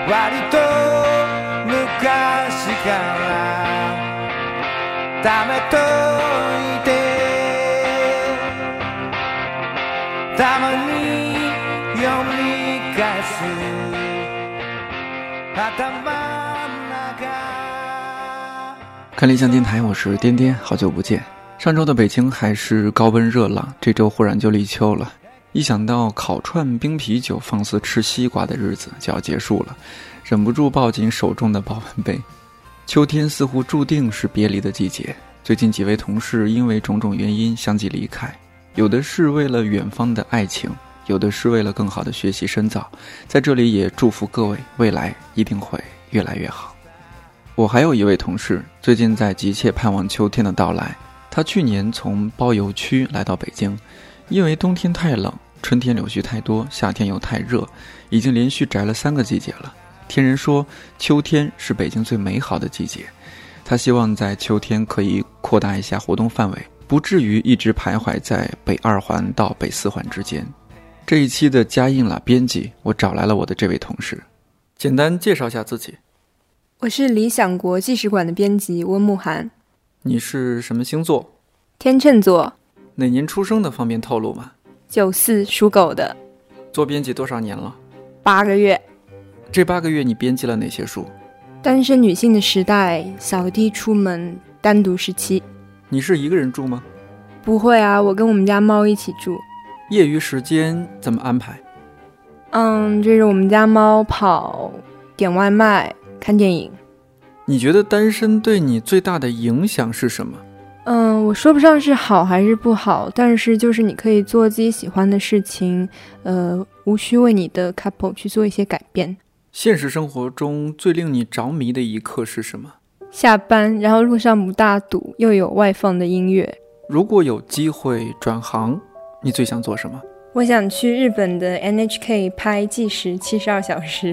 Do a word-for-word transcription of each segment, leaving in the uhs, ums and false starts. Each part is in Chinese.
割と昔から貯めといてたまに読み返す頭の中。 看理想电台，我是颠颠，好久不见。上周的北京还是高温热浪，这周忽然就立秋了。一想到烤串冰啤酒放肆吃西瓜的日子就要结束了，忍不住抱紧手中的保温杯。秋天似乎注定是别离的季节，最近几位同事因为种种原因相继离开，有的是为了远方的爱情，有的是为了更好的学习深造。在这里也祝福各位，未来一定会越来越好。我还有一位同事最近在急切盼望秋天的到来，他去年从包邮区来到北京，因为冬天太冷，春天柳絮太多，夏天又太热，已经连续宅了三个季节了。天人说秋天是北京最美好的季节，他希望在秋天可以扩大一下活动范围，不至于一直徘徊在北二环到北四环之间。这一期的加印啦编辑，我找来了我的这位同事，简单介绍下自己。 我是理想国纪实馆的编辑温慕涵。 你是什么星座？ 天秤座。 哪年出生的方便透露吗？ 九四属狗的。 做编辑多少年了？ 八个月。 这八个月你编辑了哪些书？ 单身女性的时代、扫地出门、单独时期。 你是一个人住吗？ 不会啊，我跟我们家猫一起住。 业余时间怎么安排？ 嗯，追着我们家猫跑，点外卖，看电影。 你觉得单身对你最大的影响是什么？ 嗯，我说不上是好还是不好，但是就是你可以做自己喜欢的事情，呃，无需为你的 couple 去做一些改变。 现实生活中最令你着迷的一刻是什么？ 下班，然后路上不大堵，又有外放的音乐。 如果有机会转行，你最想做什么？ 我想去日本的 N H K 拍纪实七十二小时。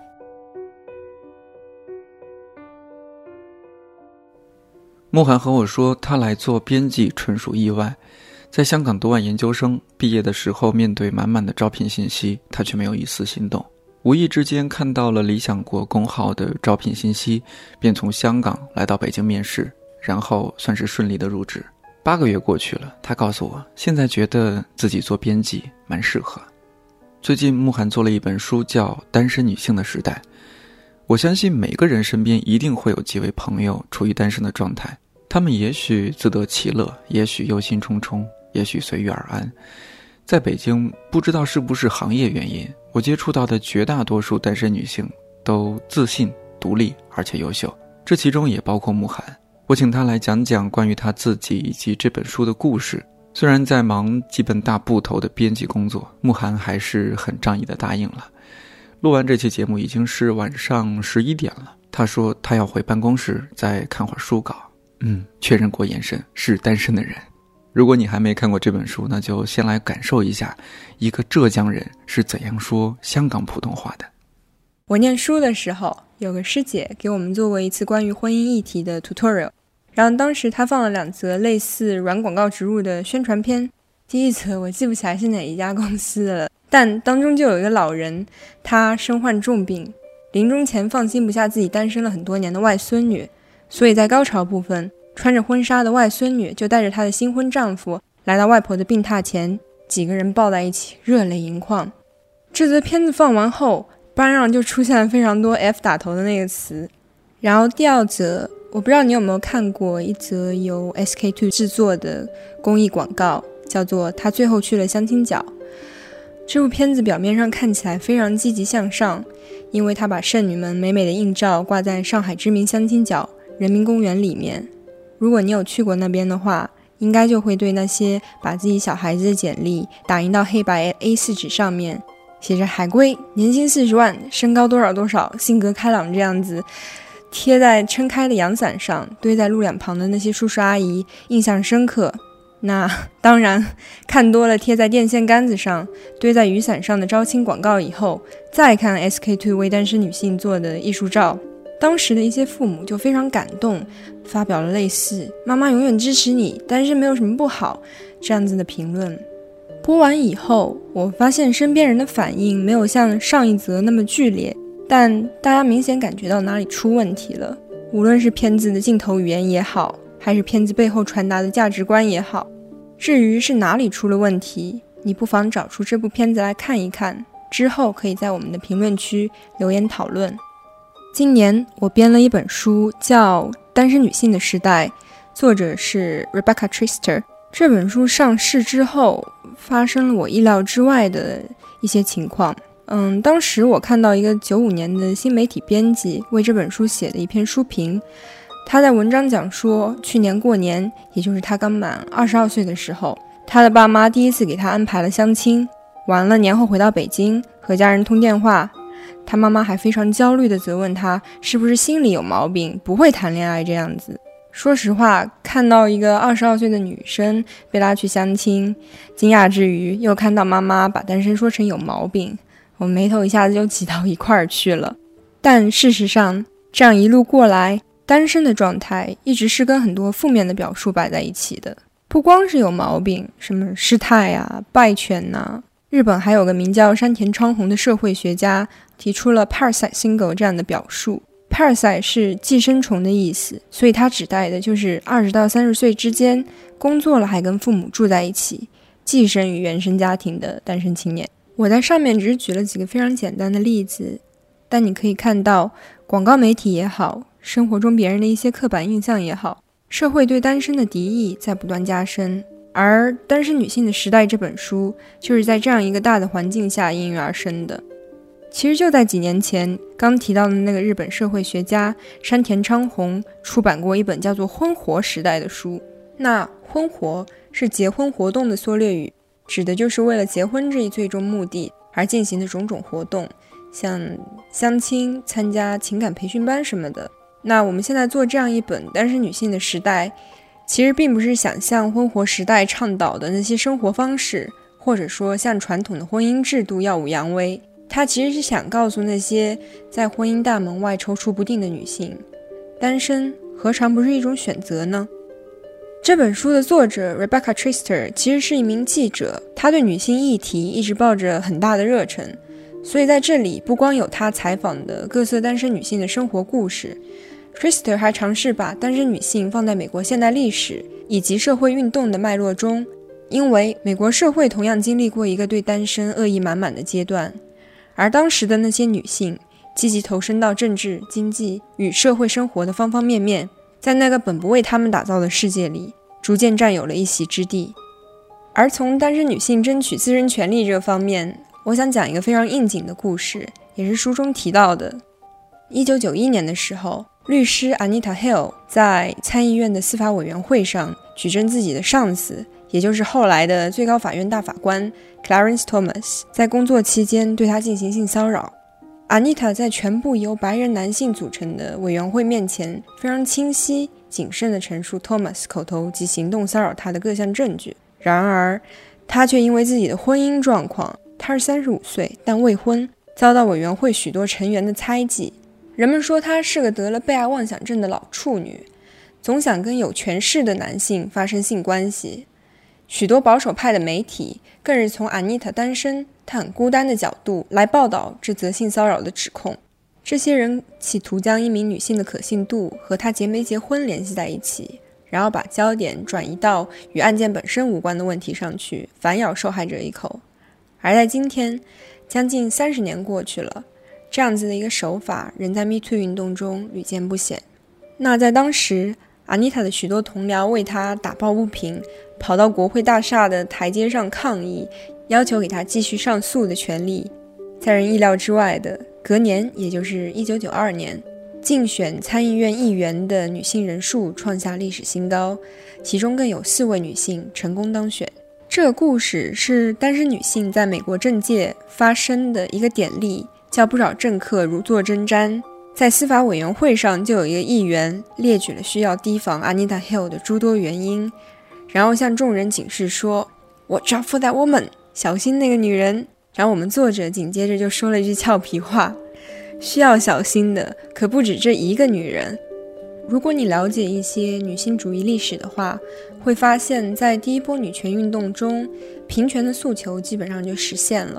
慕涵和我说，他来做编辑纯属意外。在香港读完研究生，毕业的时候面对满满的招聘信息，他却没有一丝心动。无意之间看到了理想国公号的招聘信息，便从香港来到北京面试，然后算是顺利的入职。八个月过去了，他告诉我，现在觉得自己做编辑蛮适合。最近慕涵做了一本书叫《单身女性的时代》。我相信每个人身边一定会有几位朋友处于单身的状态，他们也许自得其乐，也许忧心忡忡，也许随遇而安。在北京，不知道是不是行业原因，我接触到的绝大多数单身女性都自信、独立而且优秀，这其中也包括慕涵。我请她来讲讲关于她自己以及这本书的故事。虽然在忙几本大部头的编辑工作，慕涵还是很仗义的答应了。录完这期节目已经是晚上十一点了，他说他要回办公室再看会儿书稿。嗯，确认过眼神，是单身的人。如果你还没看过这本书，那就先来感受一下一个浙江人是怎样说香港普通话的。 我念书的时候，有个师姐给我们做过一次关于婚姻议题的 tutorial， 然后当时她放了两则类似软广告植入的宣传片。第一则我记不起来是哪一家公司的了，但当中就有一个老人，他身患重病，临终前放心不下自己单身了很多年的外孙女，所以在高潮部分，穿着婚纱的外孙女就带着她的新婚丈夫来到外婆的病榻前，几个人抱在一起，热泪盈眶。这则片子放完后，班上就出现了非常多 F 打头的那个词。然后第二则，我不知道你有没有看过一则由 S K two 制作的公益广告，叫做他最后去了相亲角。这部片子表面上看起来非常积极向上，因为他把剩女们美美的硬照挂在上海知名相亲角人民公园里面。如果你有去过那边的话，应该就会对那些把自己小孩子的简历打印到黑白 A 四 纸上面，写着海归，年薪四十万，身高多少多少，性格开朗这样子，贴在撑开的阳伞上，堆在路两旁的那些叔叔阿姨印象深刻。那当然，看多了贴在电线杆子上、堆在雨伞上的招亲广告以后，再看 S K two 为单身女性做的艺术照，当时的一些父母就非常感动，发表了类似“妈妈永远支持你，单身没有什么不好”这样子的评论。播完以后，我发现身边人的反应没有像上一则那么剧烈， 但大家明显感觉到哪里出问题了，无论是片子的镜头语言也好，还是片子背后传达的价值观也好。至于是哪里出了问题，你不妨找出这部片子来看一看，之后可以在我们的评论区留言讨论。今年我编了一本书叫《单身女性的时代》，作者是 Rebecca Traister。 这本书上市之后发生了我意料之外的一些情况。嗯，当时我看到一个九五年的新媒体编辑为这本书写的一篇书评，他在文章讲说，去年过年，也就是他刚满二十二岁的时候，他的爸妈第一次给他安排了相亲，完了年后回到北京和家人通电话，他妈妈还非常焦虑地责问他是不是心里有毛病，不会谈恋爱这样子。说实话，看到一个二十二岁的女生被拉去相亲，惊讶之余又看到妈妈把单身说成有毛病，我眉头一下子就挤到一块儿去了。但事实上，这样一路过来，单身的状态一直是跟很多负面的表述摆在一起的。不光是有毛病，什么失态啊、败犬啊，日本还有个名叫山田昌宏的社会学家提出了 parasite single 这样的表述。Parasite 是寄生虫的意思，所以它指代的就是二十到三十岁之间工作了还跟父母住在一起，寄生于原生家庭的单身青年。我在上面只是举了几个非常简单的例子，但你可以看到广告媒体也好，生活中别人的一些刻板印象也好，社会对单身的敌意在不断加深。而《单身女性的时代》这本书就是在这样一个大的环境下应运而生的。其实就在几年前，刚提到的那个日本社会学家山田昌宏出版过一本叫做《婚活时代》的书。那婚活是结婚活动的缩略语，指的就是为了结婚这一最终目的而进行的种种活动，像相亲、参加情感培训班什么的。那我们现在做这样一本《单身女性的时代》，其实并不是想像婚活时代倡导的那些生活方式，或者说像传统的婚姻制度耀武扬威，它其实是想告诉那些在婚姻大门外踌躇不定的女性，单身何尝不是一种选择呢？这本书的作者 Rebecca Traister 其实是一名记者，她对女性议题一直抱着很大的热忱，所以在这里不光有她采访的各色单身女性的生活故事， Traister 还尝试把单身女性放在美国现代历史以及社会运动的脉络中，因为美国社会同样经历过一个对单身恶意满满的阶段，而当时的那些女性积极投身到政治、经济与社会生活的方方面面，在那个本不为她们打造的世界里逐渐占有了一席之地。而从单身女性争取自身权利这方面，我想讲一个非常应景的故事，也是书中提到的。一九九一年的时候，律师 Anita Hill 在参议院的司法委员会上举证自己的上司，也就是后来的最高法院大法官 Clarence Thomas 在工作期间对她进行性骚扰。 Anita 在全部由白人男性组成的委员会面前非常清晰谨慎地陈述 Thomas 口头及行动骚扰她的各项证据。然而她却因为自己的婚姻状况，她是三十五岁但未婚，遭到委员会许多成员的猜忌。人们说她是个得了被爱妄想症的老处女，总想跟有权势的男性发生性关系。许多保守派的媒体更是从 Anita 单身她很孤单的角度来报道这则性骚扰的指控。这些人企图将一名女性的可信度和她结没结婚联系在一起，然后把焦点转移到与案件本身无关的问题上去，反咬受害者一口。而在今天，将近三十年过去了，这样子的一个手法仍在 Me Too 运动中屡见不鲜。那在当时，Anita 的许多同僚为她打抱不平，跑到国会大厦的台阶上抗议，要求给她继续上诉的权利。在人意料之外的，隔年，也就是一九九二年，竞选参议院议员的女性人数创下历史新高，其中更有四位女性成功当选。这个故事是单身女性在美国政界发生的一个典例，叫不少政客如坐针毡。在司法委员会上就有一个议员列举了需要提防 Anita Hill 的诸多原因，然后向众人警示说 Watch out for that woman， 小心那个女人。然后我们作者紧接着就说了一句俏皮话，需要小心的可不止这一个女人。如果你了解一些女性主义历史的话，会发现在第一波女权运动中，平权的诉求基本上就实现了。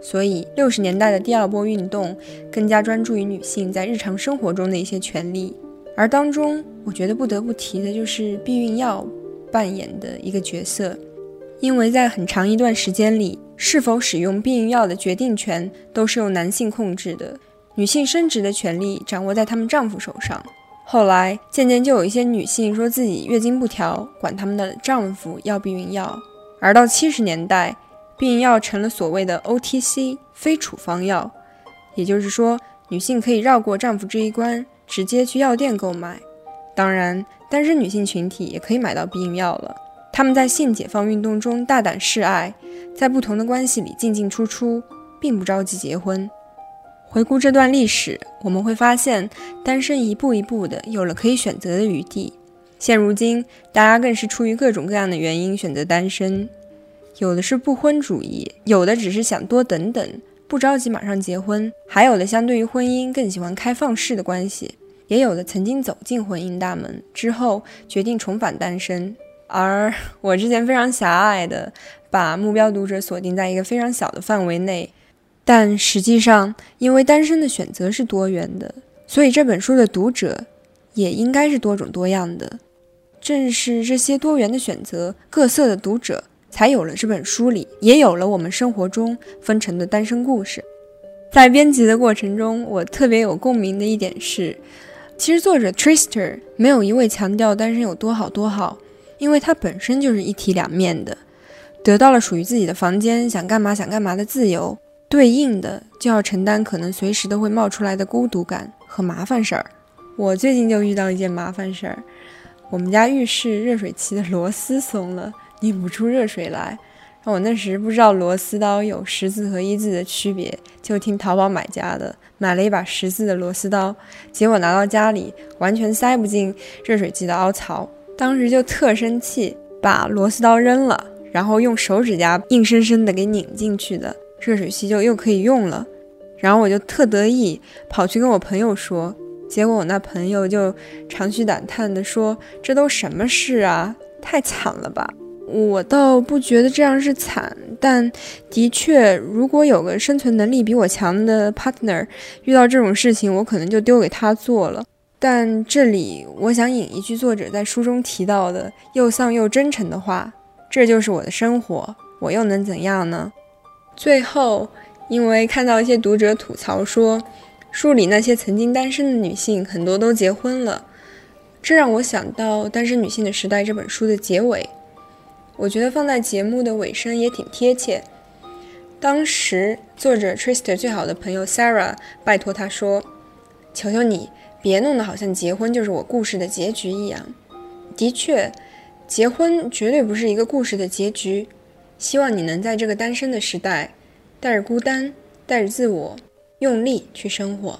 所以六十年代的第二波运动更加专注于女性在日常生活中的一些权利，而当中我觉得不得不提的就是避孕药扮演的一个角色。因为在很长一段时间里，是否使用避孕药的决定权都是由男性控制的，女性生殖的权利掌握在她们丈夫手上。后来渐渐就有一些女性说自己月经不调，管她们的丈夫要避孕药。而到七十年代，避孕药成了所谓的 O T C 非处方药，也就是说女性可以绕过丈夫这一关，直接去药店购买。当然单身女性群体也可以买到避孕药了，她们在性解放运动中大胆示爱，在不同的关系里进进出出，并不着急结婚。回顾这段历史，我们会发现单身一步一步的有了可以选择的余地。现如今大家更是出于各种各样的原因选择单身，有的是不婚主义，有的只是想多等等，不着急马上结婚，还有的相对于婚姻更喜欢开放式的关系，也有的曾经走进婚姻大门之后决定重返单身。而我之前非常狭隘的把目标读者锁定在一个非常小的范围内，但实际上因为单身的选择是多元的，所以这本书的读者也应该是多种多样的。正是这些多元的选择，各色的读者，才有了这本书里也有了我们生活中分成的单身故事。在编辑的过程中，我特别有共鸣的一点是，其实作者 Trista 没有一味强调单身有多好多好，因为他本身就是一体两面的，得到了属于自己的房间，想干嘛想干嘛的自由，对应的就要承担可能随时都会冒出来的孤独感和麻烦事儿。我最近就遇到一件麻烦事儿，我们家浴室热水器的螺丝松了，拧不出热水来。我那时不知道螺丝刀有十字和一字的区别，就听淘宝买家的，买了一把十字的螺丝刀，结果拿到家里完全塞不进热水器的凹槽，当时就特生气，把螺丝刀扔了，然后用手指甲硬生生的给拧进去的，热水器就又可以用了。然后我就特得意跑去跟我朋友说，结果我那朋友就长吁短叹的说，这都什么事啊，太惨了吧。我倒不觉得这样是惨，但的确如果有个生存能力比我强的 partner 遇到这种事情，我可能就丢给他做了。但这里我想引一句作者在书中提到的又丧又真诚的话，这就是我的生活，我又能怎样呢？最后因为看到一些读者吐槽说书里那些曾经单身的女性很多都结婚了，这让我想到《单身女性的时代》这本书的结尾，我觉得放在节目的尾声也挺贴切。当时作者 Trista 最好的朋友 Sarah 拜托他说，求求你别弄得好像结婚就是我故事的结局一样。的确，结婚绝对不是一个故事的结局，希望你能在这个单身的时代带着孤单，带着自我，用力去生活。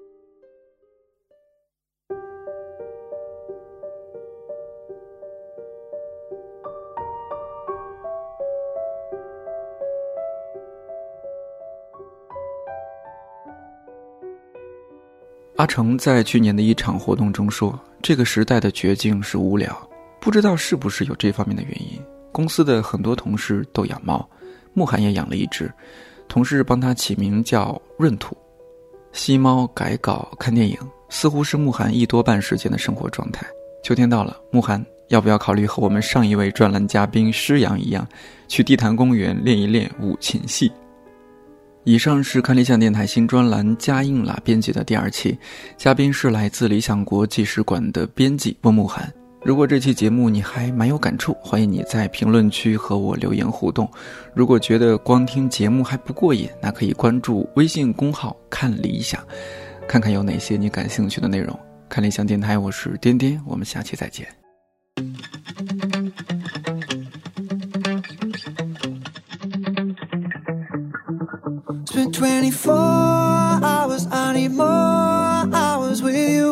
阿成在去年的一场活动中说，这个时代的绝境是无聊，不知道是不是有这方面的原因，公司的很多同事都养猫，慕寒也养了一只，同事帮他起名叫闰土。吸猫、改稿、看电影，似乎是慕寒一多半时间的生活状态。秋天到了，慕寒要不要考虑和我们上一位专栏嘉宾施洋一样，去地坛公园练一练五禽戏？以上是看理想电台新专栏加印啦编辑的第二期，嘉宾是来自理想国纪实馆的编辑温慕寒。如果这期节目你还蛮有感触，欢迎你在评论区和我留言互动。如果觉得光听节目还不过瘾，那可以关注微信公号看理想，看看有哪些你感兴趣的内容。看理想电台，我是颠颠，我们下期再见。 Spent twenty-four hours, I need more hours with you.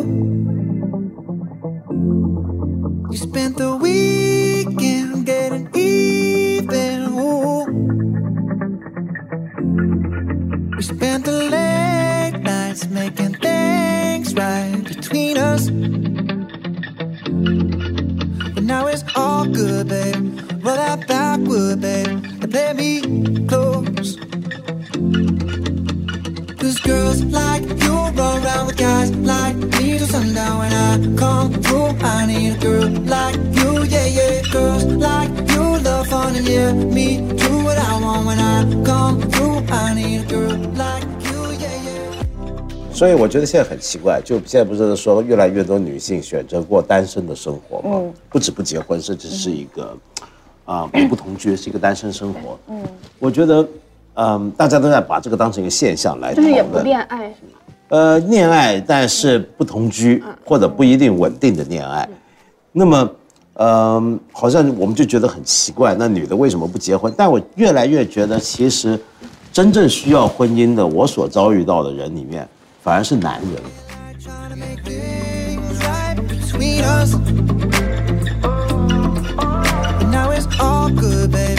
You spent the weekend getting even, ooh. We spent the late nights making things right between us. But now it's all good, babe. Roll that backward, babe, and play me close. a girl like you, yeah, yeah. Girls like you love fun and yeah, me do what I want when I come through. I need a girl like you, yeah, yeah. 所以我觉得现在很奇怪，就现在不是说越来越多女性选择过单身的生活吗？嗯、不止不结婚，甚至是一个啊、呃、不同居，是一个单身生活。嗯，我觉得嗯、呃、大家都在把这个当成一个现象来讨论。 就是也不恋爱是吗？ 呃，恋爱，但是不同居或者不一定稳定的恋爱，那么，呃，好像我们就觉得很奇怪，那女的为什么不结婚？但我越来越觉得，其实真正需要婚姻的，我所遭遇到的人里面，反而是男人。 Now it's all good, baby.